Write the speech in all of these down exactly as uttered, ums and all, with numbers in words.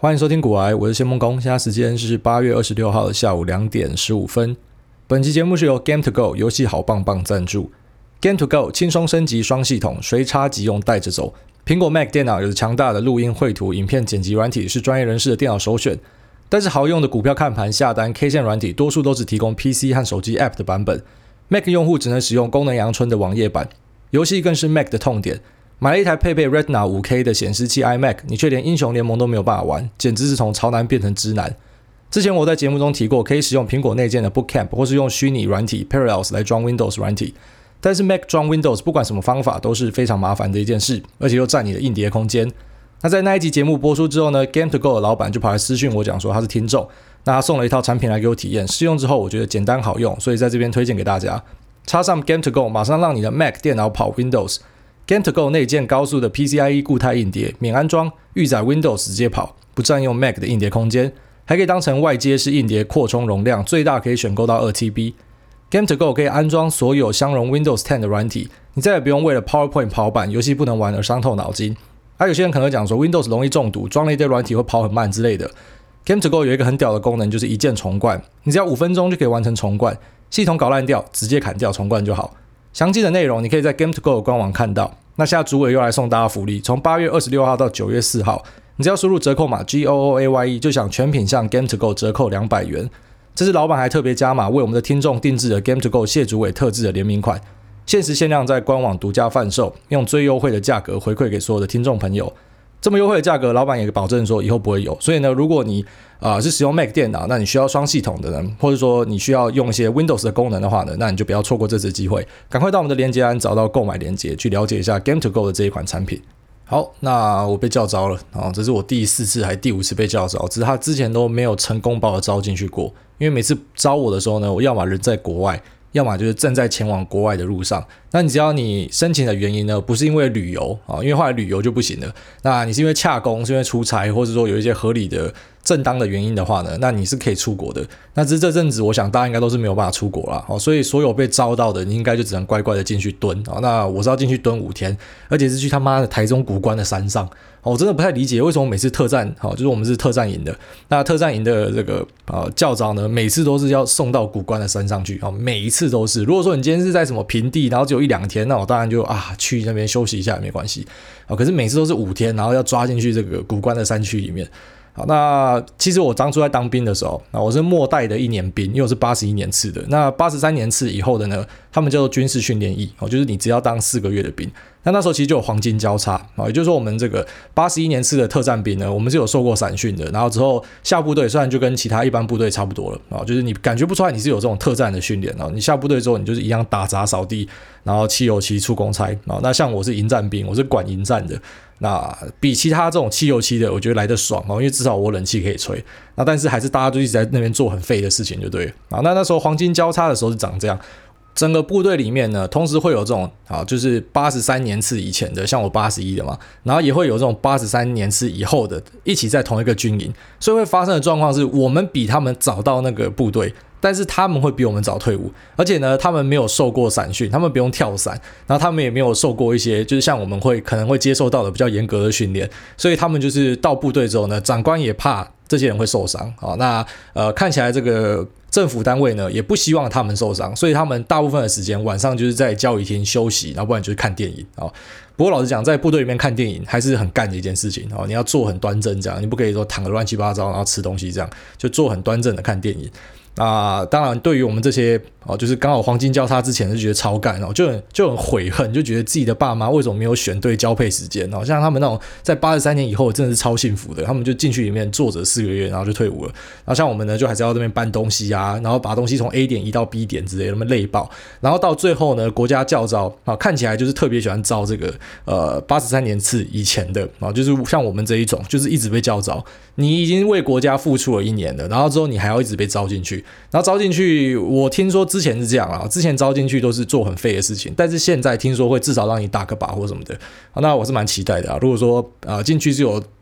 欢迎收听股癌，我是谢梦工，现在时间是八月二十六号的下午两点十五分。本期节目是由 Game to Go 游戏好棒棒赞助。Game to Go 轻松升级双系统，随插即用带着走。苹果 Mac 电脑有着强大的录音、绘图、影片剪辑软体，是专业人士的电脑首选。但是好用的股票看盘、下单、K 线软体，多数都只提供 P C 和手机 App 的版本。Mac 用户只能使用功能阳春的网页版，游戏更是 Mac 的痛点。买了一台配备 Retina 五 K 的显示器 iMac， 你却连英雄联盟都没有办法玩，简直是从超难变成之难。之前我在节目中提过，可以使用苹果内建的 Bootcamp 或是用虚拟软体 Parallels 来装 Windows 软体，但是 Mac 装 Windows 不管什么方法都是非常麻烦的一件事，而且又占你的硬碟空间。那在那一集节目播出之后呢 Game to Go 的老板就跑来私讯我讲说他是听众，那他送了一套产品来给我体验，试用之后我觉得简单好用，所以在这边推荐给大家。插上 Game to Go， 马上让你的 Mac 电脑跑 Windows。Game to Go 内建高速的 P C I E 固态硬碟，免安装，预载 Windows 直接跑，不占用 Mac 的硬碟空间，还可以当成外接式硬碟扩充容量，最大可以选购到 二 T B。Game to Go 可以安装所有相容 Windows 十的软体，你再也不用为了 PowerPoint 跑版，游戏不能玩而伤透脑筋。而、啊、有些人可能会讲说 Windows 容易中毒，装了一堆软体会跑很慢之类的。Game to Go 有一个很屌的功能，就是一键重灌，你只要五分钟就可以完成重灌，系统搞烂掉直接砍掉重灌就好。详细的内容你可以在 Game to Go 的官网看到。那现在主委又来送大家福利，从八月二十六号到九月四号，你只要输入折扣码 G O O A Y E 就享全品项 Game to Go 折扣两百元。这是老板还特别加码为我们的听众定制的 Game to Go 谢主委特制的联名款，限时限量在官网独家贩售，用最优惠的价格回馈给所有的听众朋友。这么优惠的价格，老板也保证说以后不会有。所以呢，如果你、呃、是使用 Mac 电脑，那你需要双系统的人，或者说你需要用一些 Windows 的功能的话呢，那你就不要错过这次机会，赶快到我们的连结栏找到购买连结，去了解一下 Game to Go 的这一款产品。好，那我被叫招了、哦、这是我第四次还第五次被叫招，只是他之前都没有成功把我招进去过。因为每次招我的时候呢，我要么人在国外，要么就是正在前往国外的路上。那你只要你申请的原因呢，不是因为旅游啊，因为后来旅游就不行了。那你是因为洽公，是因为出差，或者说有一些合理的正当的原因的话呢，那你是可以出国的。那只是这阵子我想大家应该都是没有办法出国啦，所以所有被招到的你应该就只能乖乖的进去蹲。那我是要进去蹲五天，而且是去他妈的台中谷关的山上。我真的不太理解为什么每次特战就是我们是特战营的，那特战营的这个呃教招呢，每次都是要送到谷关的山上去，每一次都是。如果说你今天是在什么平地，然后只有一两天，那我当然就啊去那边休息一下也没关系。可是每次都是五天，然后要抓进去这个谷关的山区里面。好，那其实我当初在当兵的时候，我是末代的一年兵，因为我是八十一年次的。那八十三年次以后的呢，他们叫做军事训练役，就是你只要当四个月的兵。那那时候其实就有黄金交叉，也就是说我们这个八十一年次的特战兵呢，我们是有受过散训的，然后之后下部队虽然就跟其他一般部队差不多了，就是你感觉不出来你是有这种特战的训练，你下部队之后你就是一样打杂扫地，然后漆油漆出公差。那像我是营战兵，我是管营战的，那比其他这种漆油漆的我觉得来得爽，因为至少我冷气可以吹。那但是还是大家就一直在那边做很废的事情就对了。那那时候黄金交叉的时候是长这样，整个部队里面呢，同时会有这种啊，就是八十三年次以前的，像我八十一的嘛，然后也会有这种八十三年次以后的，一起在同一个军营，所以会发生的状况是我们比他们早到那个部队，但是他们会比我们早退伍，而且呢，他们没有受过散训，他们不用跳伞，然后他们也没有受过一些就是像我们会可能会接受到的比较严格的训练，所以他们就是到部队之后呢，长官也怕这些人会受伤啊。那呃，看起来这个政府单位呢也不希望他们受伤，所以他们大部分的时间晚上就是在交谊厅休息，然后不然就是看电影啊。不过老实讲，在部队里面看电影还是很干的一件事情哦，你要坐很端正，这样你不可以说躺得乱七八糟，然后吃东西这样，就坐很端正的看电影。那当然，对于我们这些哦，就是刚好黄金交叉之前就觉得超干哦，就很就很悔恨，就觉得自己的爸妈为什么没有选对交配时间哦？像他们那种在八十三年以后真的是超幸福的，他们就进去里面坐着四个月，然后就退伍了。然后像我们呢，就还是要这边搬东西啊，然后把东西从 A 点移到 B 点之类的，那么累爆。然后到最后呢，国家教招啊，看起来就是特别喜欢招这个呃八十三年次以前的啊，就是像我们这一种，就是一直被教招。你已经为国家付出了一年了，然后之后你还要一直被招进去。然后招进去，我听说之前是这样啦，之前招进去都是做很废的事情，但是现在听说会至少让你打个靶或什么的，那我是蛮期待的啊。如果说啊进去是有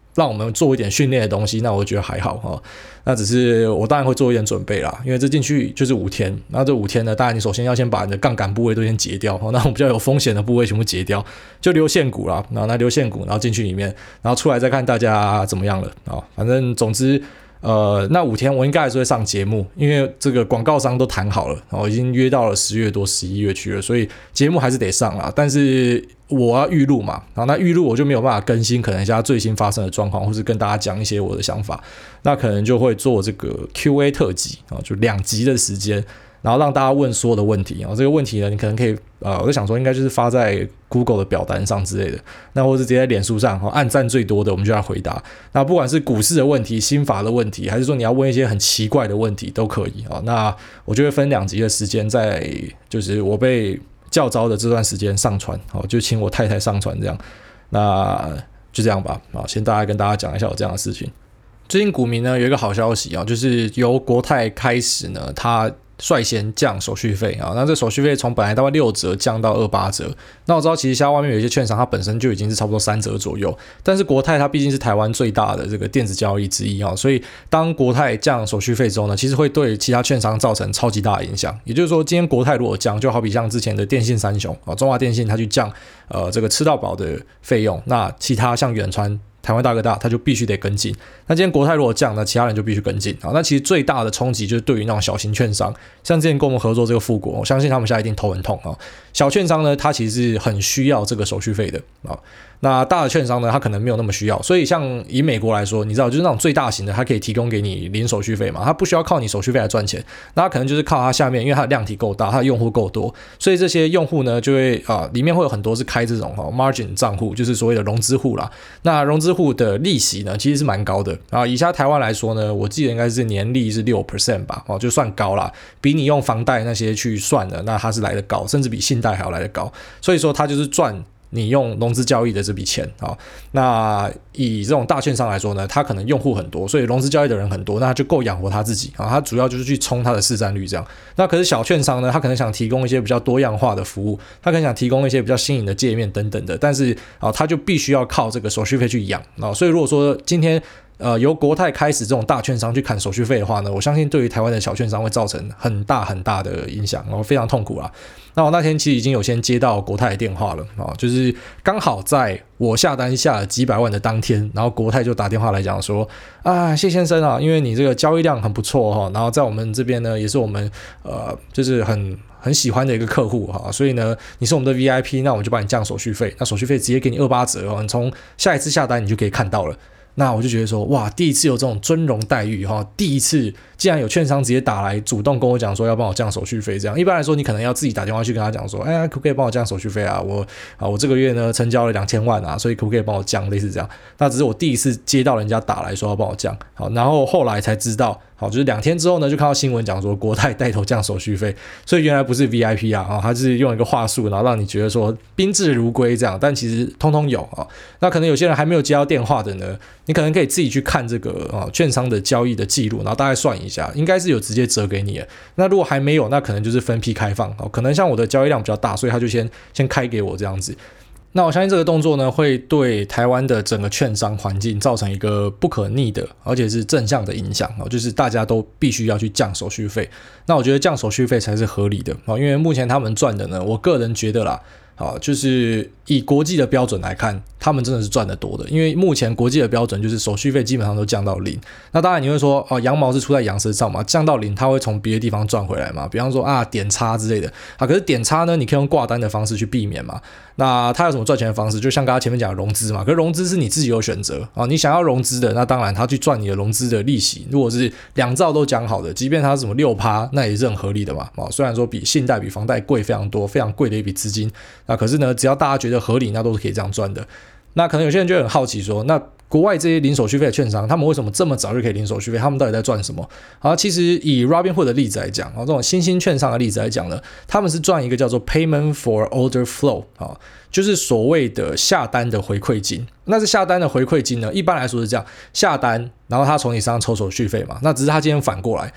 让我们做一点训练的东西，那我觉得还好哈。那只是我当然会做一点准备啦，因为这进去就是五天，然后这五天呢，当然你首先要先把你的杠杆部位都先截掉，那种比较有风险的部位全部截掉，就留线骨啦，然后那留线骨，然后进去里面，然后出来再看大家怎么样了啊。反正总之。呃，那五天我应该还是会上节目，因为这个广告商都谈好了，然后已经约到了十月多、十一月去了，所以节目还是得上啦。但是我要预录嘛，然后那预录我就没有办法更新，可能现在最新发生的状况，或是跟大家讲一些我的想法，那可能就会做这个 Q A 特辑啊，就两集的时间。然后让大家问所有的问题，然后这个问题呢，你可能可以，呃，我就想说应该就是发在 Google 的表单上之类的，那或者直接在脸书上，按赞最多的我们就来回答。那不管是股市的问题、心法的问题，还是说你要问一些很奇怪的问题都可以啊。那我就会分两集的时间，在就是我被教召的这段时间上传，好，就请我太太上传这样。那就这样吧，啊，先大概跟大家讲一下有这样的事情。最近股民呢有一个好消息啊，就是由国泰开始呢，它率先降手续费啊，那这手续费从本来大概六折降到二八折。那我知道其实现在外面有一些券商，它本身就已经是差不多三折左右，但是国泰它毕竟是台湾最大的这个电子交易之一啊，所以当国泰降手续费之后呢，其实会对其他券商造成超级大的影响。也就是说，今天国泰如果降，就好比像之前的电信三雄啊，中华电信它去降呃这个吃到饱的费用，那其他像远传。台湾大哥大，他就必须得跟进。那今天国泰如果降，那其他人就必须跟进啊。那其实最大的冲击就是对于那种小型券商，像之前跟我们合作这个富国，我相信他们现在一定头很痛啊。小券商呢，它其实是很需要这个手续费的啊。那大的券商呢，它可能没有那么需要。所以像以美国来说，你知道，就是那种最大型的，它可以提供给你零手续费嘛，它不需要靠你手续费来赚钱。那它可能就是靠它下面，因为它的量体够大，它的用户够多，所以这些用户呢，就会啊、呃，里面会有很多是开这种、哦、margin 账户，就是所谓的融资户啦。那融资户的利息呢，其实是蛮高的啊。以下台湾来说呢，我记得应该是年利是 百分之六 吧，哦，就算高啦，比你用房贷那些去算的，那它是来得高，甚至比信贷还要来得高。所以说，它就是赚。你用融资交易的这笔钱啊，那以这种大券商来说呢，它可能用户很多，所以融资交易的人很多，那它就够养活他自己啊。它主要就是去冲它的市占率这样。那可是小券商呢，它可能想提供一些比较多样化的服务，它可能想提供一些比较新颖的界面等等的，但是啊，它就必须要靠这个手续费去养啊。所以如果说今天呃，由国泰开始这种大券商去砍手续费的话呢，我相信对于台湾的小券商会造成很大很大的影响，然后非常痛苦啦。那我那天其实已经有先接到国泰的电话了啊，就是刚好在我下单下了几百万的当天，然后国泰就打电话来讲说啊，谢先生啊，因为你这个交易量很不错哈，然后在我们这边呢也是我们呃就是很。很喜欢的一个客户哈，所以呢，你是我们的 V I P， 那我们就帮你降手续费，那手续费直接给你二八折哦，你从下一次下单你就可以看到了。那我就觉得说，哇，第一次有这种尊荣待遇哈，第一次既然有券商直接打来主动跟我讲说要帮我降手续费，这样一般来说你可能要自己打电话去跟他讲说，哎，可不可以帮我降手续费啊？我啊，我这个月呢成交了两千万啊，所以可不可以帮我降？类似这样，那只是我第一次接到人家打来说要帮我降，好，然后后来才知道。好，就是两天之后呢，就看到新闻讲说国泰带头降手续费，所以原来不是 V I P 啊，啊，它是用一个话术，然后让你觉得说宾至如归这样，但其实通通有啊。那可能有些人还没有接到电话的呢，你可能可以自己去看这个啊券商的交易的记录，然后大概算一下，应该是有直接折给你的。那如果还没有，那可能就是分批开放，可能像我的交易量比较大，所以他就先先开给我这样子。那我相信这个动作呢，会对台湾的整个券商环境造成一个不可逆的，而且是正向的影响，就是大家都必须要去降手续费。那我觉得降手续费才是合理的，因为目前他们赚的呢，我个人觉得啦，就是以国际的标准来看，他们真的是赚得多的，因为目前国际的标准就是手续费基本上都降到零。那当然你会说，哦，羊毛是出在羊身上嘛，降到零，它会从别的地方赚回来嘛，比方说啊点差之类的啊，可是点差呢，你可以用挂单的方式去避免嘛。那它有什么赚钱的方式？就像刚刚前面讲的融资嘛，可是融资是你自己有选择啊，你想要融资的，那当然他去赚你的融资的利息。如果是两兆都讲好的，即便它是什么 百分之六， 那也是很合理的嘛。虽然说比信贷、比房贷贵非常多，非常贵的一笔资金，那可是呢，只要大家觉得合理，那都是可以这样赚的。那可能有些人就很好奇说，那国外这些零手续费的券商，他们为什么这么早就可以零手续费？他们到底在赚什么？好，其实以 Robinhood 的例子来讲，这种新兴券商的例子来讲呢，他们是赚一个叫做 Payment for Order Flow， 就是所谓的下单的回馈金。那是下单的回馈金呢，一般来说是这样，下单，然后他从你身上抽手续费嘛，那只是他今天反过来。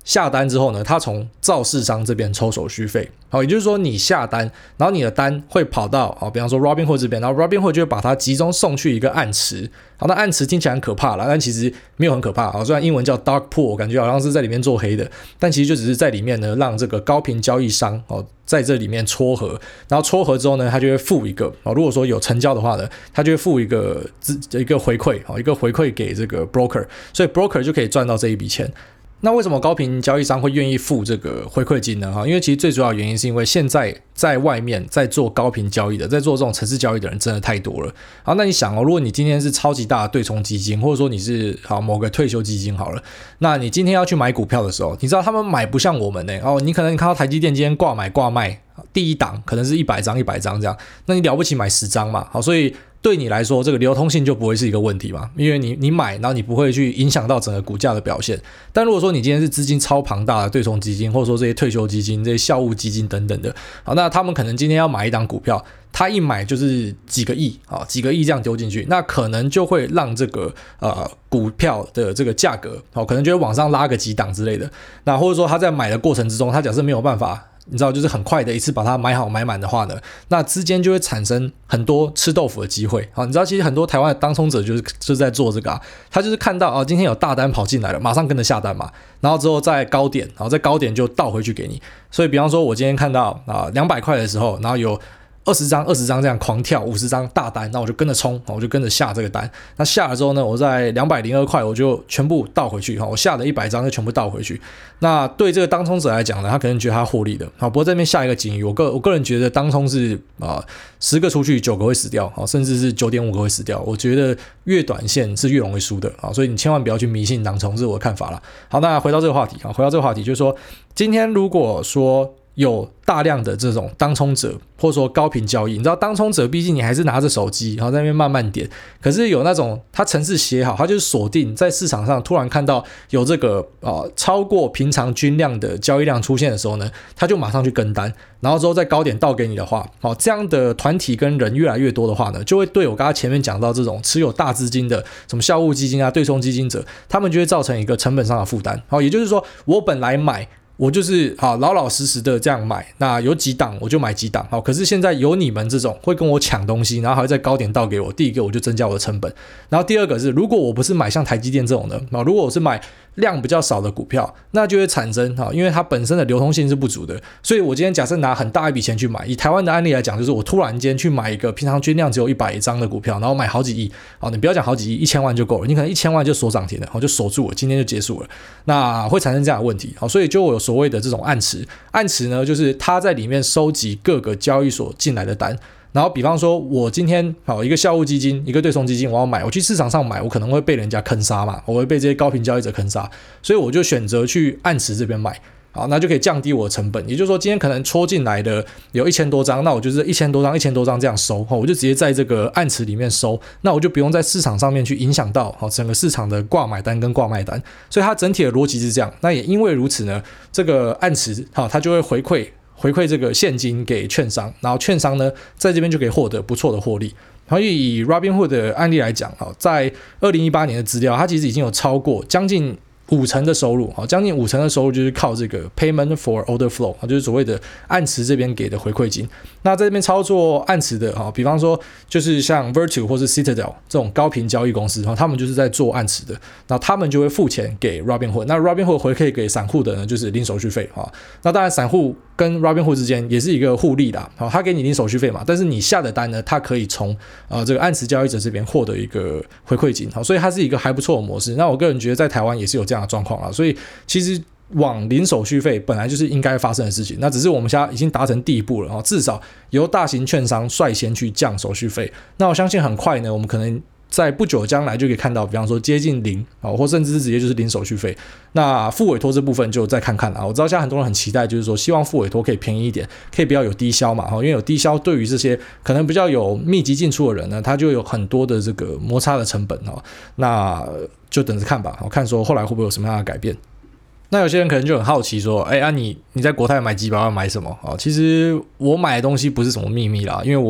下单之后呢，他从造市商这边抽手续费，好，也就是说你下单，然后你的单会跑到，好，比方说 Robinhood 这边，然后 Robinhood 就会把它集中送去一个暗池，好，那暗池听起来很可怕啦，但其实没有很可怕，好，虽然英文叫 dark pool， 感觉好像是在里面做黑的，但其实就只是在里面呢，让这个高频交易商，哦，在这里面撮合，然后撮合之后呢，他就会付一个，哦，如果说有成交的话呢，他就会付一个一个回馈，哦，一个回馈给这个 broker， 所以 broker 就可以赚到这一笔钱。那为什么高频交易商会愿意付这个回馈金呢？因为其实最主要的原因是因为现在在外面在做高频交易的，在做这种程式交易的人真的太多了。好，那你想哦，如果你今天是超级大的对冲基金，或者说你是好某个退休基金好了，那你今天要去买股票的时候，你知道他们买不像我们呢、欸。哦，你可能看到台积电今天挂买挂卖，第一档可能是一百张一百张这样，那你了不起买十张嘛？好，所以对你来说，这个流通性就不会是一个问题嘛，因为你你买，然后你不会去影响到整个股价的表现。但如果说你今天是资金超庞大的对冲基金，或者说这些退休基金、这些校务基金等等的，好，那他们可能今天要买一档股票，他一买就是几个亿啊，几个亿这样丢进去，那可能就会让这个呃股票的这个价格，好，可能就会往上拉个几档之类的。那或者说他在买的过程之中，他假设没有办法。你知道，就是很快的一次把它买好买满的话呢，那之间就会产生很多吃豆腐的机会。好，你知道，其实很多台湾的当冲者就是就是在做这个啊，他就是看到啊，今天有大单跑进来了，马上跟着下单嘛，然后之后在高点，然后在高点就倒回去给你。所以，比方说，我今天看到啊两百块的时候，然后有二十张、二十张这样狂跳，五十张大单，那我就跟着冲，我就跟着下这个单。那下了之后呢，我在两百零二块，我就全部倒回去，我下了一百张就全部倒回去。那对这个当冲者来讲呢，他可能觉得他获利的，不过这边下一个警语，我个我个人觉得当冲是啊十个出去九个会死掉，甚至是九点五个会死掉。我觉得越短线是越容易输的啊，所以你千万不要去迷信当冲，是我的看法啦。好，那回到这个话题啊，回到这个话题就是说，今天如果说有大量的这种当冲者，或者说高频交易，你知道当冲者毕竟你还是拿着手机，然后在那边慢慢点。可是有那种他程式写好，他就是锁定在市场上突然看到有这个呃超过平常均量的交易量出现的时候呢，他就马上去跟单，然后之后在高点倒给你的话，哦，这样的团体跟人越来越多的话呢，就会对我刚才前面讲到这种持有大资金的什么校务基金啊、对冲基金者，他们就会造成一个成本上的负担。好，也就是说，我本来买。我就是好老老实实的这样买，那有几档我就买几档，好，可是现在有你们这种会跟我抢东西，然后还会在高点倒给我，第一个我就增加我的成本，然后第二个是如果我不是买像台积电这种的，如果我是买量比较少的股票，那就会产生，因为它本身的流通性是不足的，所以我今天假设拿很大一笔钱去买，以台湾的案例来讲，就是我突然间去买一个平常均量只有一百张的股票，然后买好几亿，好，你不要讲好几亿，一千万就够了，你可能一千万就锁涨停了，就锁住了，今天就结束了，那会产生这样的问题，好，所以就有所谓的这种暗池，暗池呢就是它在里面收集各个交易所进来的单。然后比方说我今天好一个校务基金一个对冲基金我要买，我去市场上买，我可能会被人家坑杀嘛，我会被这些高频交易者坑杀，所以我就选择去暗池这边买，好，那就可以降低我的成本。也就是说今天可能戳进来的有一千多张，那我就是一千多张一千多张这样收，我就直接在这个暗池里面收，那我就不用在市场上面去影响到整个市场的挂买单跟挂卖单，所以它整体的逻辑是这样。那也因为如此呢，这个暗池它就会回馈回馈这个现金给券商，然后券商呢在这边就可以获得不错的获利。然后以 Robinhood 的案例来讲，在二零一八年的资料，它其实已经有超过将近五成的收入，将近五成的收入就是靠这个 payment for order flow， 就是所谓的暗池这边给的回馈金。那在这边操作暗池的，比方说就是像 Virtu 或是 Citadel 这种高频交易公司，他们就是在做暗池的，那他们就会付钱给 Robinhood， 那 Robinhood 回馈给散户的呢，就是零手续费。那当然散户跟 Robinhood 之间也是一个互利的，他给你零手续费嘛，但是你下的单呢，他可以从呃这个暗池交易者这边获得一个回馈金，所以它是一个还不错的模式。那我个人觉得在台湾也是有这样的状况啦，所以其实往零手续费本来就是应该发生的事情，那只是我们现在已经达成第一步了，至少由大型券商率先去降手续费。那我相信很快呢，我们可能在不久将来就可以看到，比方说接近零，或甚至是直接就是零手续费。那副委托这部分就再看看啦。我知道现在很多人很期待，就是说希望副委托可以便宜一点，可以不要有低消嘛，因为有低消对于这些可能比较有密集进出的人呢，他就有很多的这个摩擦的成本，那就等着看吧，看说后来会不会有什么样的改变。那有些人可能就很好奇说，哎、欸、啊你你在国泰买几百万买什么？其实我买的东西不是什么秘密啦，因为我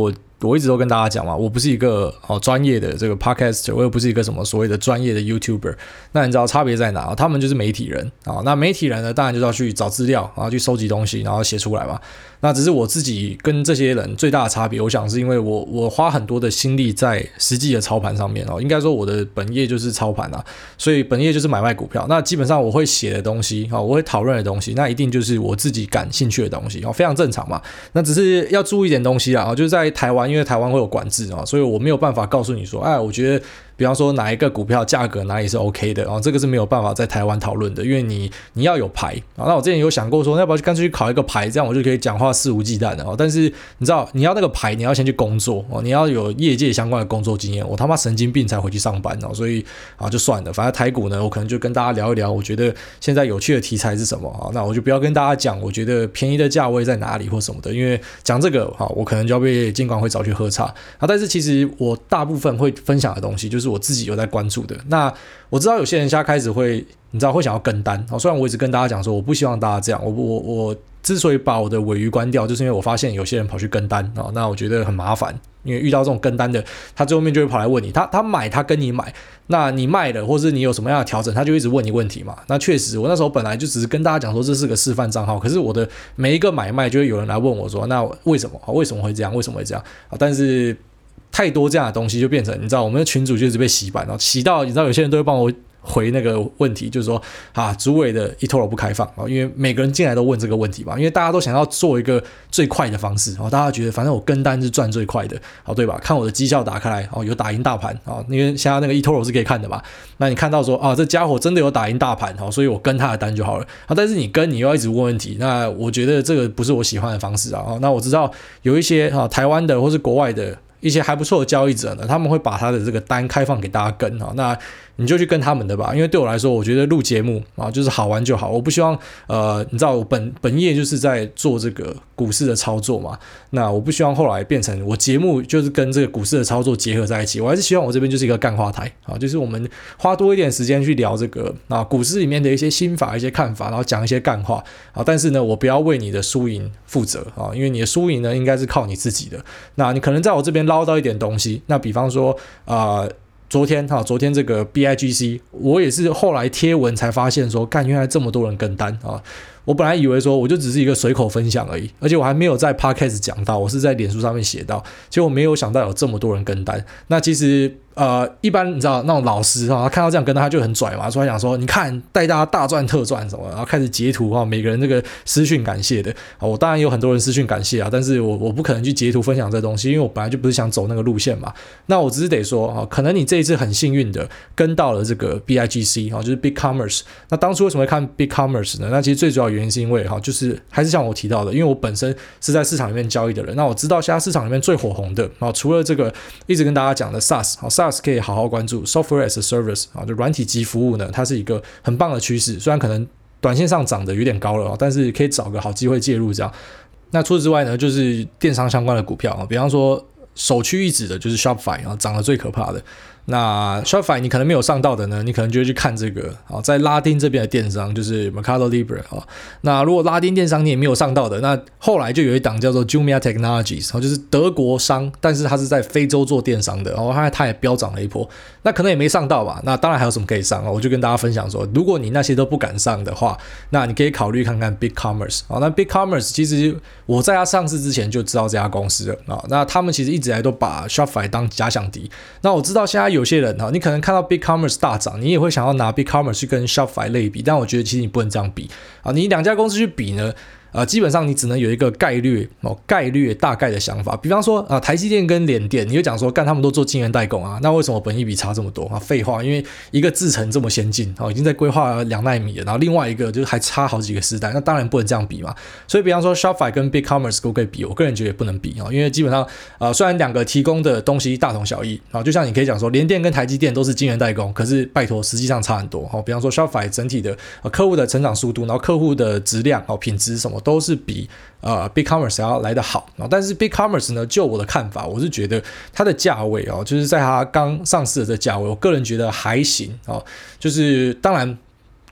我一直都跟大家讲嘛，我不是一个哦专业的这个 podcaster， 我也不是一个什么所谓的专业的 YouTuber。那你知道差别在哪？他们就是媒体人啊、哦。那媒体人呢，当然就是要去找资料，然后去收集东西，然后写出来嘛。那只是我自己跟这些人最大的差别，我想是因为我我花很多的心力在实际的操盘上面哦。应该说我的本业就是操盘啊，所以本业就是买卖股票。那基本上我会写的东西啊、哦，我会讨论的东西，那一定就是我自己感兴趣的东西哦，非常正常嘛。那只是要注意一点东西啊，就是在台湾，因为台湾会有管制啊，所以我没有办法告诉你说，哎，我觉得。比方说哪一个股票价格哪里是 OK 的、哦、这个是没有办法在台湾讨论的，因为你你要有牌、哦、那我之前有想过说要不要干脆去考一个牌，这样我就可以讲话肆无忌惮的、哦、但是你知道你要那个牌，你要先去工作、哦、你要有业界相关的工作经验，我他妈神经病才回去上班、哦、所以啊就算了，反正台股呢我可能就跟大家聊一聊我觉得现在有趣的题材是什么、哦、那我就不要跟大家讲我觉得便宜的价位在哪里或什么的，因为讲这个、哦、我可能就要被监管会找去喝茶、啊、但是其实我大部分会分享的东西就是我自己有在关注的。那我知道有些人现在开始会，你知道会想要跟单、哦、虽然我一直跟大家讲说我不希望大家这样，我我我之所以把我的尾鱼关掉，就是因为我发现有些人跑去跟单、哦、那我觉得很麻烦，因为遇到这种跟单的，他最后面就会跑来问你，他他买他跟你买，那你卖了或是你有什么样的调整，他就一直问你问题嘛。那确实我那时候本来就只是跟大家讲说这是个示范账号，可是我的每一个买卖就会有人来问我说，那为什么为什么会这样，为什么会这样、哦、但是太多这样的东西就变成你知道我们的群组就一直被洗版，然后洗到你知道有些人都会帮我回那个问题，就是说啊，主委的 eToro 不开放、哦、因为每个人进来都问这个问题嘛，因为大家都想要做一个最快的方式、哦、大家觉得反正我跟单是赚最快的、哦、对吧？看我的绩效打开来、哦、有打赢大盘、哦、因为现在那个 eToro 是可以看的嘛，那你看到说啊这家伙真的有打赢大盘、哦、所以我跟他的单就好了、啊、但是你跟你又要一直问问题，那我觉得这个不是我喜欢的方式啊、哦、那我知道有一些、啊、台湾的或是国外的一些还不错的交易者呢，他们会把他的这个单开放给大家跟、哦、那你就去跟他们的吧，因为对我来说我觉得录节目、啊、就是好玩就好，我不希望呃，你知道我本本业就是在做这个股市的操作嘛，那我不希望后来变成我节目就是跟这个股市的操作结合在一起，我还是希望我这边就是一个干话台、啊、就是我们花多一点时间去聊这个、啊、股市里面的一些心法一些看法，然后讲一些干话、啊、但是呢我不要为你的输赢负责、啊、因为你的输赢呢应该是靠你自己的，那你可能在我这边捞到一点东西，那比方说呃昨天哈，昨天这个 B I G C， 我也是后来贴文才发现说，干原来这么多人跟单啊！我本来以为说我就只是一个随口分享而已，而且我还没有在 Podcast 讲到，我是在脸书上面写到，结果没有想到有这么多人跟单。那其实呃，一般你知道那种老师哈，他看到这样跟单他就很拽嘛，所以他想说，你看带大家大赚特赚什么，然后开始截图哈，每个人这个私讯感谢的啊，我当然有很多人私讯感谢啊，但是我我不可能去截图分享这东西，因为我本来就不是想走那个路线嘛。那我只是得说啊，可能你这一次很幸运的跟到了这个 B I G C 啊，就是 Big Commerce。那当初为什么会看 Big Commerce 呢？那其实最主要原因是因为哈，就是还是像我提到的，因为我本身是在市场里面交易的人，那我知道现在市场里面最火红的啊，除了这个一直跟大家讲的 SaaS 啊 ，SaaS 可以好好关注 Software as a Service 啊，就软体及服务呢，它是一个很棒的趋势，虽然可能短线上涨得有点高了，但是可以找个好机会介入这样。那除此之外呢，就是电商相关的股票啊，比方说首屈一指的就是 Shopify 啊，涨得最可怕的。那 Shopify 你可能没有上到的呢，你可能就会去看这个啊，在拉丁这边的电商就是 Mercado Libre 啊。那如果拉丁电商你也没有上到的，那后来就有一档叫做 Jumia Technologies， 就是德国商，但是它是在非洲做电商的，然后它它也飙涨了一波。那可能也没上到吧？那当然还有什么可以上啊？我就跟大家分享说，如果你那些都不敢上的话，那你可以考虑看看 Big Commerce 啊。那 Big Commerce 其实我在它上市之前就知道这家公司了啊。那他们其实一直以来都把 Shopify 当假想敌。那我知道现在有些人哈，你可能看到 Big Commerce 大涨，你也会想要拿 Big Commerce 去跟 Shopify 类比，但我觉得其实你不能这样比啊，你两家公司去比呢。呃，基本上你只能有一个概率哦，概率大概的想法。比方说啊、呃，台积电跟联电，你就讲说，干他们都做晶圆代工啊，那为什么本益比差这么多啊？废话，因为一个制程这么先进哦，已经在规划两奈米了，然后另外一个就是还差好几个时代，那当然不能这样比嘛。所以，比方说 Shopify 跟 Big Commerce 可不可以比？我个人觉得也不能比啊，因为基本上呃，虽然两个提供的东西大同小异啊，就像你可以讲说，联电跟台积电都是晶圆代工，可是拜托，实际上差很多哦。比方说 Shopify 整体的、呃、客户的成长速度，然后客户的质量哦、品质什么都是比。呃 ，Big Commerce 要来得好、哦、但是 Big Commerce 呢，就我的看法，我是觉得它的价位哦，就是在它刚上市的这价位，我个人觉得还行哦。就是当然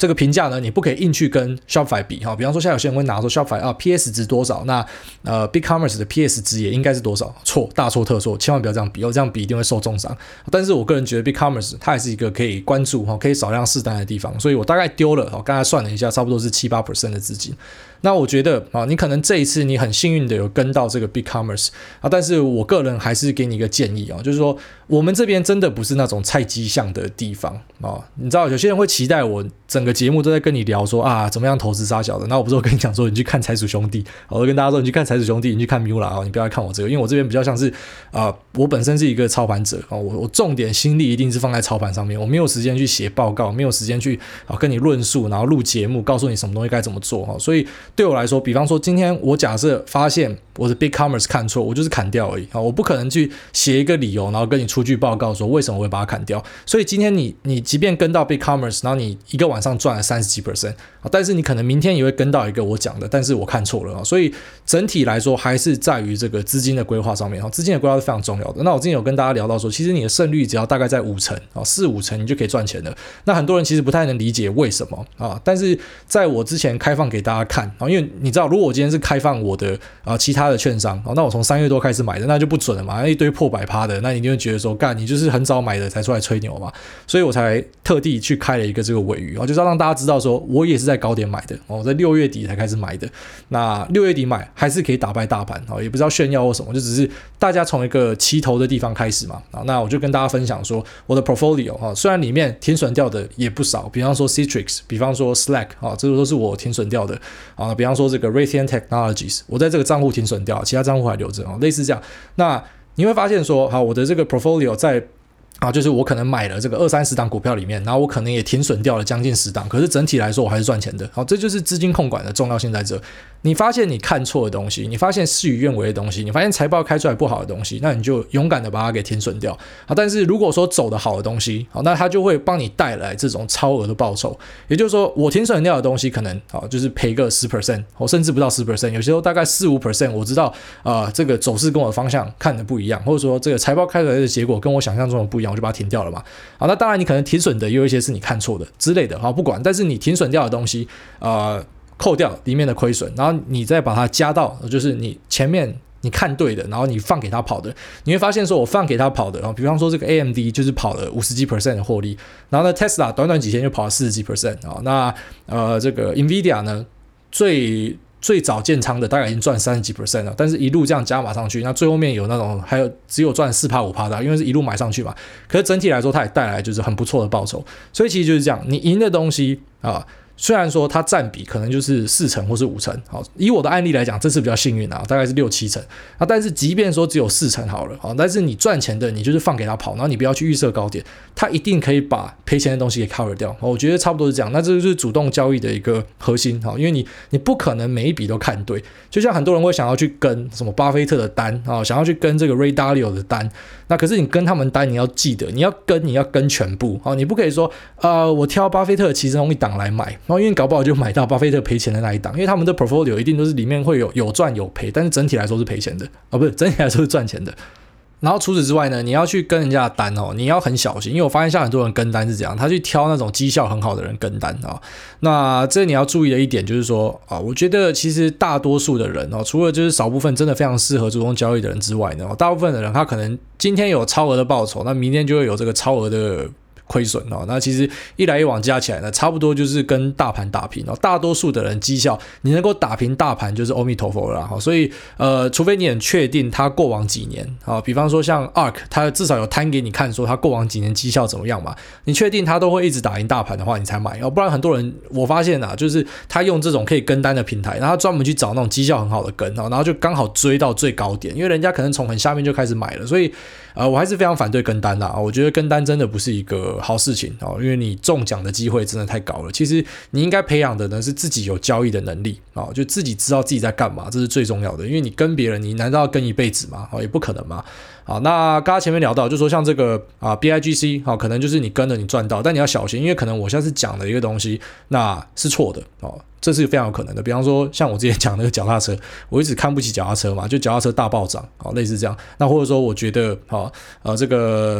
这个评价呢，你不可以硬去跟 Shopify 比哈。比方说，现在有些人会拿说 Shopify 啊 P S 值多少，那呃 BigCommerce 的 P S 值也应该是多少？错，大错特错，千万不要这样比哦，这样比一定会受重伤。但是我个人觉得 BigCommerce 它还是一个可以关注哈，可以少量试单的地方，所以我大概丢了，我刚才算了一下，差不多是 百分之七八 的资金。那我觉得啊，你可能这一次你很幸运的有跟到这个 BigCommerce 啊，但是我个人还是给你一个建议啊，就是说我们这边真的不是那种菜鸡项的地方啊。你知道有些人会期待我整个节目都在跟你聊说啊怎么样投资杀小的，那我不是我跟你讲说你去看财鼠兄弟，我就跟大家说你去看财鼠兄弟，你去看 Mula 啊，你不要来看我这个，因为我这边比较像是啊、呃，我本身是一个操盘者啊，我我重点心力一定是放在操盘上面，我没有时间去写报告，没有时间去啊跟你论述，然后录节目告诉你什么东西该怎么做哈，所以对我来说，比方说今天我假设发现我的 BigCommerce 看错，我就是砍掉而已啊，我不可能去写一个理由，然后跟你出具报告说为什么我会把它砍掉。所以今天你你即便跟到 BigCommerce， 然后你一个晚上赚了百分之三十几，但是你可能明天也会跟到一个我讲的，但是我看错了啊。所以整体来说还是在于这个资金的规划上面，资金的规划是非常重要的。那我之前有跟大家聊到说，其实你的胜率只要大概在五成啊，四五成你就可以赚钱了。那很多人其实不太能理解为什么啊，但是在我之前开放给大家看啊，因为你知道，如果我今天是开放我的啊其他的券商啊，那我从三月多开始买的，那就不准了嘛，一堆破百趴的，那你就会觉得说，干你就是很早买的才出来吹牛嘛，所以我才特地去开了一个这个尾鱼啊，就是要让大家知道说，我也是在高点买的，我在六月底才开始买的，那六月底买还是可以打败大盘啊，也不知道炫耀或什么，就只是大家从一个齐头的地方开始嘛啊，那我就跟大家分享说，我的 portfolio 啊，虽然里面停损掉的也不少，比方说 Citrix， 比方说 Slack 啊，这个都是我停损掉的啊，比方说这个 Raytheon Technologies， 我在这个账户停损掉，其他账户还留着啊，类似这样。那你会发现说，好，我的这个 portfolio 在啊，就是我可能买了这个二三十档股票里面，然后我可能也停损掉了将近十档，可是整体来说我还是赚钱的。好，这就是资金控管的重要性在这。你发现你看错的东西，你发现事与愿违的东西，你发现财报开出来不好的东西，那你就勇敢的把它给停损掉。好，但是如果说走的好的东西，好，那它就会帮你带来这种超额的报酬。也就是说，我停损掉的东西可能好就是赔个 百分之十， 或甚至不到 百分之十， 有些时候大概 百分之四五， 我知道啊、呃，这个走势跟我的方向看的不一样，或者说这个财报开出来的结果跟我想象中的不一样，我就把它停掉了嘛。好，那当然你可能停损的也有一些是你看错的之类的，好，不管，但是你停损掉的东西，呃。扣掉里面的亏损，然后你再把它加到，就是你前面你看对的，然后你放给他跑的，你会发现说我放给他跑的，然后比方说这个 A M D 就是跑了五十几 percent 的获利，然后呢 Tesla 短短几天就跑了四十几 percent 啊，那呃这个 Nvidia 呢最最早建仓的大概已经赚三十几 percent 了，但是一路这样加码上去，那最后面有那种还有只有赚 百分之四 百分之五 的，因为是一路买上去嘛，可是整体来说它也带来就是很不错的报酬，所以其实就是这样，你赢的东西啊。虽然说它占比可能就是四成或是五成，好，以我的案例来讲，这次比较幸运啊，大概是六七成啊。但是即便说只有四成好了，好，但是你赚钱的你就是放给他跑，然后你不要去预设高点，他一定可以把赔钱的东西给 cover 掉。我觉得差不多是这样。那这就是主动交易的一个核心，好，因为你你不可能每一笔都看对，就像很多人会想要去跟什么巴菲特的单啊，想要去跟这个 Ray Dalio 的单，那可是你跟他们单，你要记得你要跟你要跟全部，好，你不可以说呃我挑巴菲特其中一档来买。然后因为搞不好就买到巴菲特赔钱的那一档，因为他们的 portfolio 一定都是里面会有有赚有赔，但是整体来说是赔钱的哦，不是整体来说是赚钱的。然后除此之外呢，你要去跟人家的单哦，你要很小心，因为我发现像很多人跟单是这样，他去挑那种绩效很好的人跟单啊。那这你要注意的一点就是说啊，我觉得其实大多数的人哦，除了就是少部分真的非常适合主动交易的人之外呢，大部分的人他可能今天有超额的报酬，那明天就会有这个超额的亏损哦，那其实一来一往加起来呢，差不多就是跟大盘打平哦。大多数的人绩效，你能够打平大盘就是阿弥陀佛了啦。所以呃，除非你很确定他过往几年啊，比方说像 A R K， 他至少有摊给你看说他过往几年绩效怎么样嘛，你确定他都会一直打赢大盘的话，你才买哦。不然很多人我发现啊，就是他用这种可以跟单的平台，然后他专门去找那种绩效很好的跟哦，然后就刚好追到最高点，因为人家可能从很下面就开始买了，所以呃，我还是非常反对跟单啦。我觉得跟单真的不是一个好事情哦，因为你中奖的机会真的太高了。其实你应该培养的呢是自己有交易的能力啊，就自己知道自己在干嘛，这是最重要的。因为你跟别人，你难道要跟一辈子吗？也不可能嘛。好，那刚刚前面聊到，就说像这个啊 B I G C， 好，可能就是你跟了你赚到，但你要小心，因为可能我下次讲的一个东西那是错的哦。这是非常有可能的，比方说像我之前讲那个脚踏车，我一直看不起脚踏车嘛，就脚踏车大暴涨，好，类似这样。那或者说我觉得，好，呃，这个